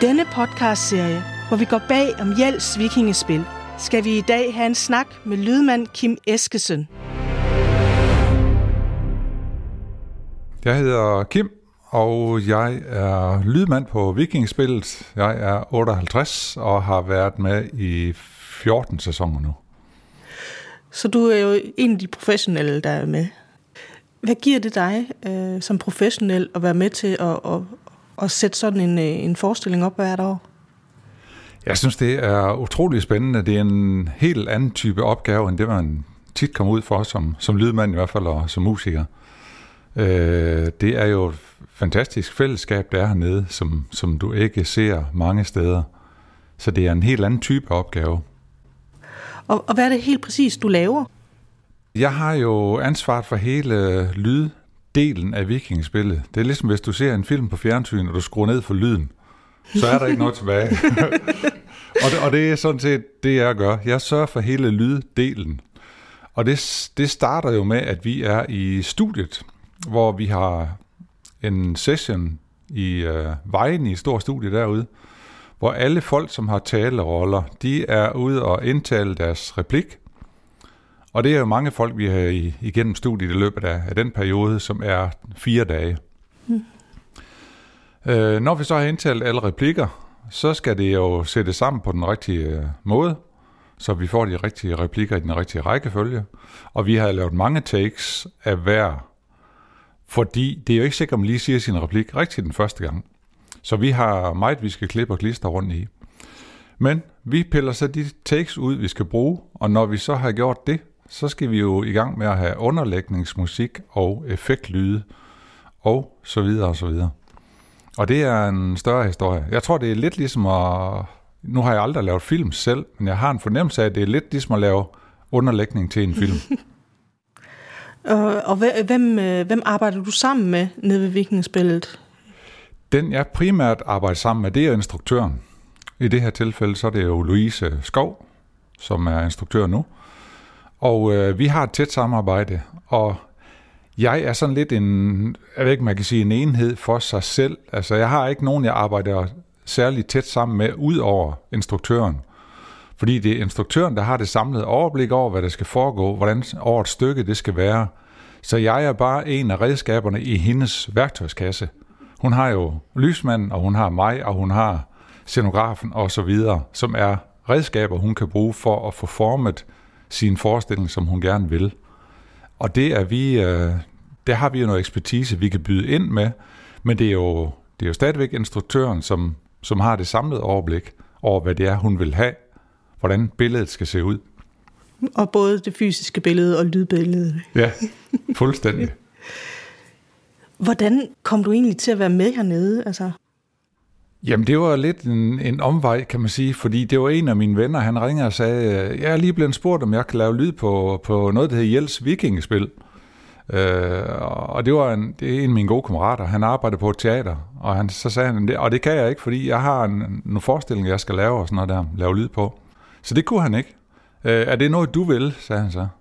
denne podcastserie, hvor vi går bag om Hjells vikingespil, skal vi i dag have en snak med lydmand Kim Eskesen. Jeg hedder Kim, og jeg er lydmand på Vikingespillet. Jeg er 58 og har været med i 14 sæsoner nu. Så du er jo en af de professionelle, der er med. Hvad giver det dig som professionel at være med til at sætte sådan en forestilling op hvert år? Jeg synes, det er utrolig spændende. Det er en helt anden type opgave, end det man tit kommer ud for, som lydmand i hvert fald, og som musiker. Det er jo et fantastisk fællesskab, der er hernede, som du ikke ser mange steder. Så det er en helt anden type opgave. Og hvad er det helt præcis, du laver? Jeg har jo ansvaret for hele lyddelen af vikingespillet. Det er ligesom, hvis du ser en film på fjernsyn, og du skruer ned for lyden, så er der ikke noget tilbage. og det er sådan set det, jeg gør. Jeg sørger for hele lyddelen. Og det starter jo med, at vi er i studiet, hvor vi har en session i Vejen i et stort studie derude, hvor alle folk, som har taleroller, de er ude og indtale deres replik. Og det er jo mange folk, vi har igennem studiet i løbet af den periode, som er 4 dage. Når vi så har indtalt alle replikker, så skal det jo sættes sammen på den rigtige måde, så vi får de rigtige replikker i den rigtige rækkefølge. Og vi har lavet mange takes af hver, fordi det er jo ikke sikkert, at man lige siger sin replik rigtigt den første gang. Så vi har meget, vi skal klippe og klistre rundt i. Men vi piller så de takes ud, vi skal bruge, og når vi så har gjort det, så skal vi jo i gang med at have underlægningsmusik og effektlyde, og så videre og så videre. Og det er en større historie. Jeg tror, det er lidt ligesom at... Nu har jeg aldrig lavet film selv, men jeg har en fornemmelse af, at det er lidt ligesom at lave underlægning til en film. Og hvem arbejder du sammen med nede ved Vikingespillet? Den jeg primært arbejder sammen med, det er instruktøren. I det her tilfælde, så er det jo Louise Skov, som er instruktør nu. Og vi har et tæt samarbejde, og jeg er sådan lidt jeg ved ikke, man kan sige en enhed for sig selv. Altså, jeg har ikke nogen, jeg arbejder særligt tæt sammen med, ud over instruktøren. Fordi det er instruktøren, der har det samlede overblik over, hvad der skal foregå, hvordan årets stykke det skal være. Så jeg er bare en af redskaberne i hendes værktøjskasse. Hun har jo lysmanden, og hun har mig, og hun har scenografen og så videre, som er redskaber, hun kan bruge for at få formet sin forestilling, som hun gerne vil. Og det er vi, der har vi jo noget ekspertise, vi kan byde ind med, men det er jo stadigvæk instruktøren, som har det samlede overblik over, hvad det er, hun vil have, hvordan billedet skal se ud. Og både det fysiske billede og lydbilledet. Ja, fuldstændig. Hvordan kom du egentlig til at være med hernede? Altså? Jamen, det var lidt en omvej, kan man sige, fordi det var en af mine venner, han ringede og sagde, jeg er lige blevet spurgt, om jeg kan lave lyd på noget, der hedder Hjells vikingespil. Og det er en af mine gode kammerater, han arbejder på et teater, og så sagde han, og det kan jeg ikke, fordi jeg har nogle forestillinger, jeg skal lave, og sådan noget der, lave lyd på. Så det kunne han ikke. Er det noget, du vil, sagde han så.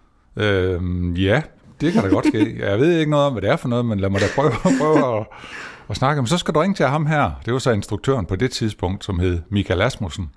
Ja, det kan da godt ske. Jeg ved ikke noget om, hvad det er for noget, men lad mig da prøve at snakke om. Så skal du ringe til ham her. Det var så instruktøren på det tidspunkt, som hed Michael Asmussen.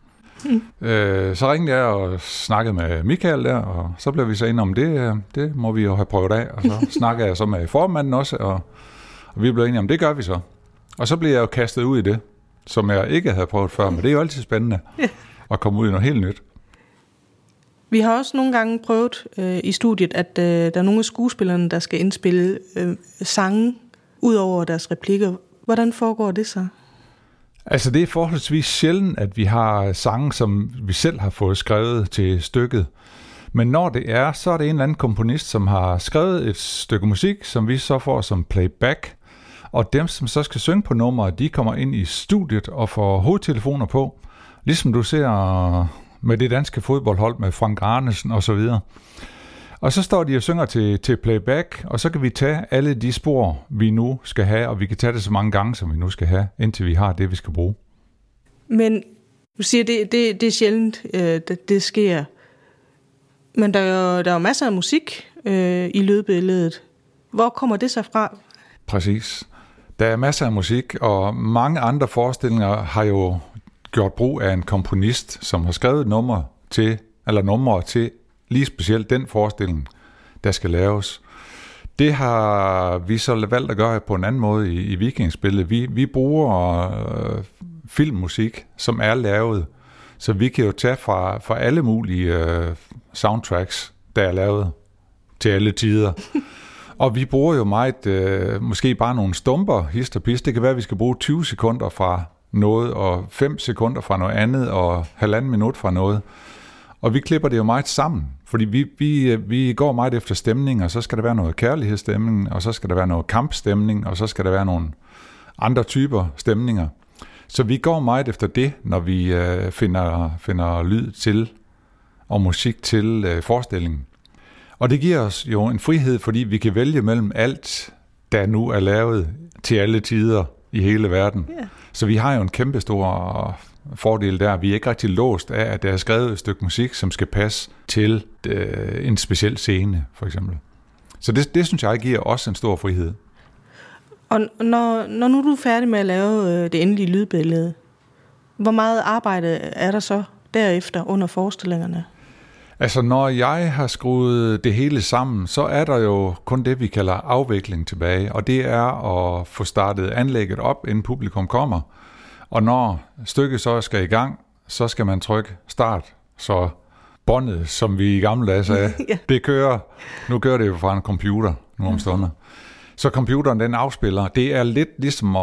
Så ringede jeg og snakkede med Michael der, og så blev vi så enige om det må vi jo have prøvet af. Og så snakkede jeg så med formanden også, og vi blev enige om, det gør vi så. Og så blev jeg jo kastet ud i det, som jeg ikke havde prøvet før, men det er jo altid spændende at komme ud i noget helt nyt. Vi har også nogle gange prøvet i studiet, at der er nogle af skuespillerne, der skal indspille sange ud over deres replikker. Hvordan foregår det så? Altså, det er forholdsvis sjældent, at vi har sange, som vi selv har fået skrevet til stykket. Men når det er, så er det en eller anden komponist, som har skrevet et stykke musik, som vi så får som playback. Og dem, som så skal synge på nummeret, de kommer ind i studiet og får hovedtelefoner på. Ligesom du ser med det danske fodboldhold med Frank Arnesen og så videre. Og så står de og synger til playback, og så kan vi tage alle de spor, vi nu skal have, og vi kan tage det så mange gange, som vi nu skal have, indtil vi har det, vi skal bruge. Men du siger, det er sjældent, det sker. Men der er jo masser af musik i lydbilledet. Hvor kommer det så fra? Præcis. Der er masser af musik, og mange andre forestillinger har jo gjort brug af en komponist, som har skrevet numre til lige specielt den forestilling, der skal laves. Det har vi så valgt at gøre på en anden måde i Vikingspillet. Vi bruger filmmusik, som er lavet, så vi kan jo tage fra alle mulige soundtracks, der er lavet til alle tider. Og vi bruger jo meget, måske bare nogle stumper, hist og pis. Det kan være, at vi skal bruge 20 sekunder fra noget, og 5 sekunder fra noget andet, og 1,5 minut fra noget. Og vi klipper det jo meget sammen, fordi vi går meget efter stemning, og så skal der være noget kærlighedsstemning, og så skal der være noget kampstemning, og så skal der være nogle andre typer stemninger. Så vi går meget efter det, når vi finder lyd til og musik til forestillingen. Og det giver os jo en frihed, fordi vi kan vælge mellem alt, der nu er lavet til alle tider i hele verden. Yeah. Så vi har jo en kæmpe stor fordel der. Vi er ikke rigtig låst af, at der er skrevet et stykke musik, som skal passe til en speciel scene, for eksempel. Så det synes jeg giver også en stor frihed. Og når nu du er færdig med at lave det endelige lydbillede, hvor meget arbejde er der så derefter under forestillingerne? Altså, når jeg har skruet det hele sammen, så er der jo kun det, vi kalder afvikling tilbage, og det er at få startet anlægget op, inden publikum kommer. Og når stykket så skal i gang, så skal man trykke start, så båndet, som vi i gamle dage sagde, ja. Det kører. Nu kører det jo fra en computer nu om stunder. Så computeren, den afspiller. Det er lidt ligesom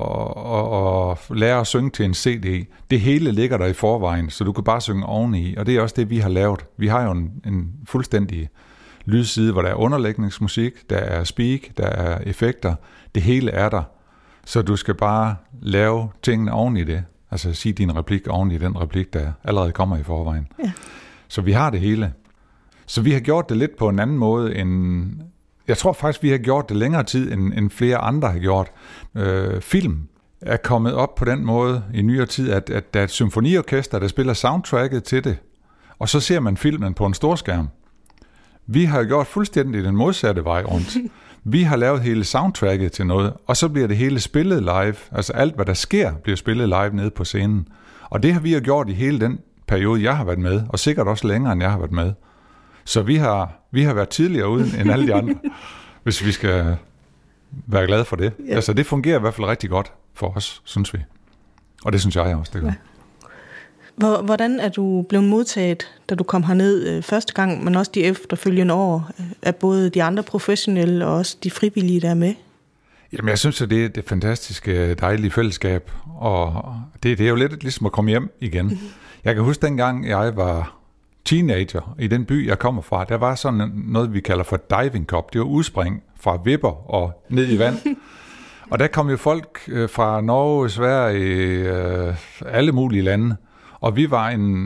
at lære at synge til en CD. Det hele ligger der i forvejen, så du kan bare synge oveni. Og det er også det, vi har lavet. Vi har jo en fuldstændig lydside, hvor der er underlægningsmusik, der er speak, der er effekter. Det hele er der. Så du skal bare lave tingene oveni det. Altså sige din replik oveni den replik, der allerede kommer i forvejen. Ja. Så vi har det hele. Så vi har gjort det lidt på en anden måde end... Jeg tror faktisk, vi har gjort det længere tid, end flere andre har gjort. Film er kommet op på den måde i nyere tid, at der er et symfoniorkester, der spiller soundtracket til det, og så ser man filmen på en storskærm. Vi har gjort fuldstændig den modsatte vej rundt. Vi har lavet hele soundtracket til noget, og så bliver det hele spillet live. Altså alt, hvad der sker, bliver spillet live nede på scenen. Og det har vi jo gjort i hele den periode, jeg har været med, og sikkert også længere, end jeg har været med. Så vi har været tidligere uden end alle de andre, hvis vi skal være glade for det. Ja. Altså det fungerer i hvert fald rigtig godt for os, synes vi. Og det synes jeg også, det gør. Ja. Hvordan er du blevet modtaget, da du kom herned første gang, men også de efterfølgende år, af både de andre professionelle og også de frivillige, der er med? Jamen jeg synes, at det er det fantastiske, dejlige fællesskab, og det er jo lidt ligesom at komme hjem igen. Mm-hmm. Jeg kan huske dengang, jeg var teenager i den by, jeg kommer fra, der var sådan noget, vi kalder for diving cup. Det var udspring fra vipper og ned i vand. Og der kom jo folk fra Norge, Sverige, alle mulige lande. Og vi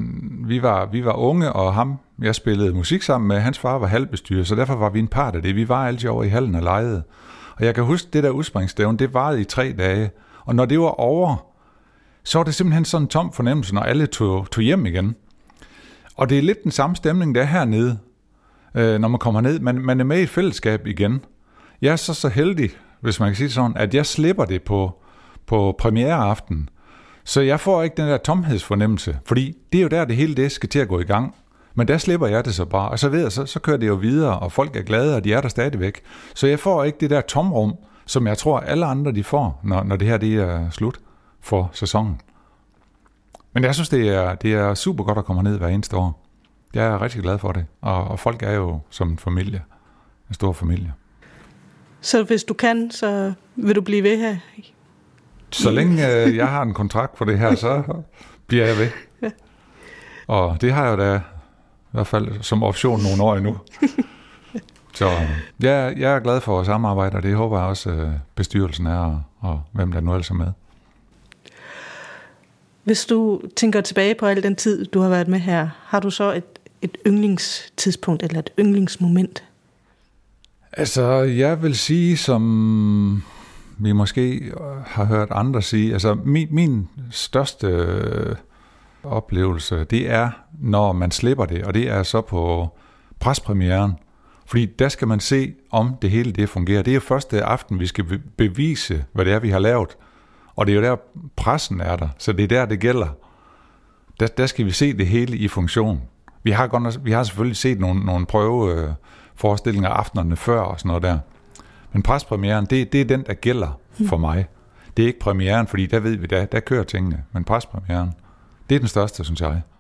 var unge, og ham, jeg spillede musik sammen med, hans far var halvbestyrer, så derfor var vi en part af det. Vi var altid over i hallen og legede. Og jeg kan huske, det der udspringstævne, det varede i 3 dage. Og når det var over, så var det simpelthen sådan en tom fornemmelse, når alle tog hjem igen. Og det er lidt den samme stemning, der er hernede, når man kommer ned. Man er med i fællesskab igen. Jeg er så heldig, hvis man kan sige sådan, at jeg slipper det på premiereaften. Så jeg får ikke den der tomhedsfornemmelse, fordi det er jo der, det hele det skal til at gå i gang. Men der slipper jeg det så bare, og så ved jeg, så kører det jo videre, og folk er glade, og de er der stadigvæk. Så jeg får ikke det der tomrum, som jeg tror, alle andre de får, når det her det er slut for sæsonen. Men jeg synes, det er super godt at komme ned hver eneste år. Jeg er rigtig glad for det, og folk er jo som en familie, en stor familie. Så hvis du kan, så vil du blive ved her? Så længe jeg har en kontrakt for det her, så bliver jeg ved. Ja. Og det har jeg jo da i hvert fald som option nogle år endnu. Så jeg er glad for at samarbejde, og det håber jeg også bestyrelsen er, og hvem der nu ellers er med. Hvis du tænker tilbage på al den tid, du har været med her, har du så et yndlingstidspunkt eller et yndlingsmoment? Altså, jeg vil sige, som vi måske har hørt andre sige, altså min største oplevelse, det er, når man slipper det, og det er så på prespremieren, Fordi der skal man se, om det hele det fungerer. Det er jo første aften, vi skal bevise, hvad det er, vi har lavet. Og det er jo der, pressen er der. Så det er der, det gælder. Der skal vi se det hele i funktion. Vi har selvfølgelig set nogle prøveforestillinger aftenerne før og sådan noget der. Men prespremieren, det er den, der gælder for mig. Det er ikke premieren, fordi der ved vi, der kører tingene. Men prespremieren, det er den største, synes jeg.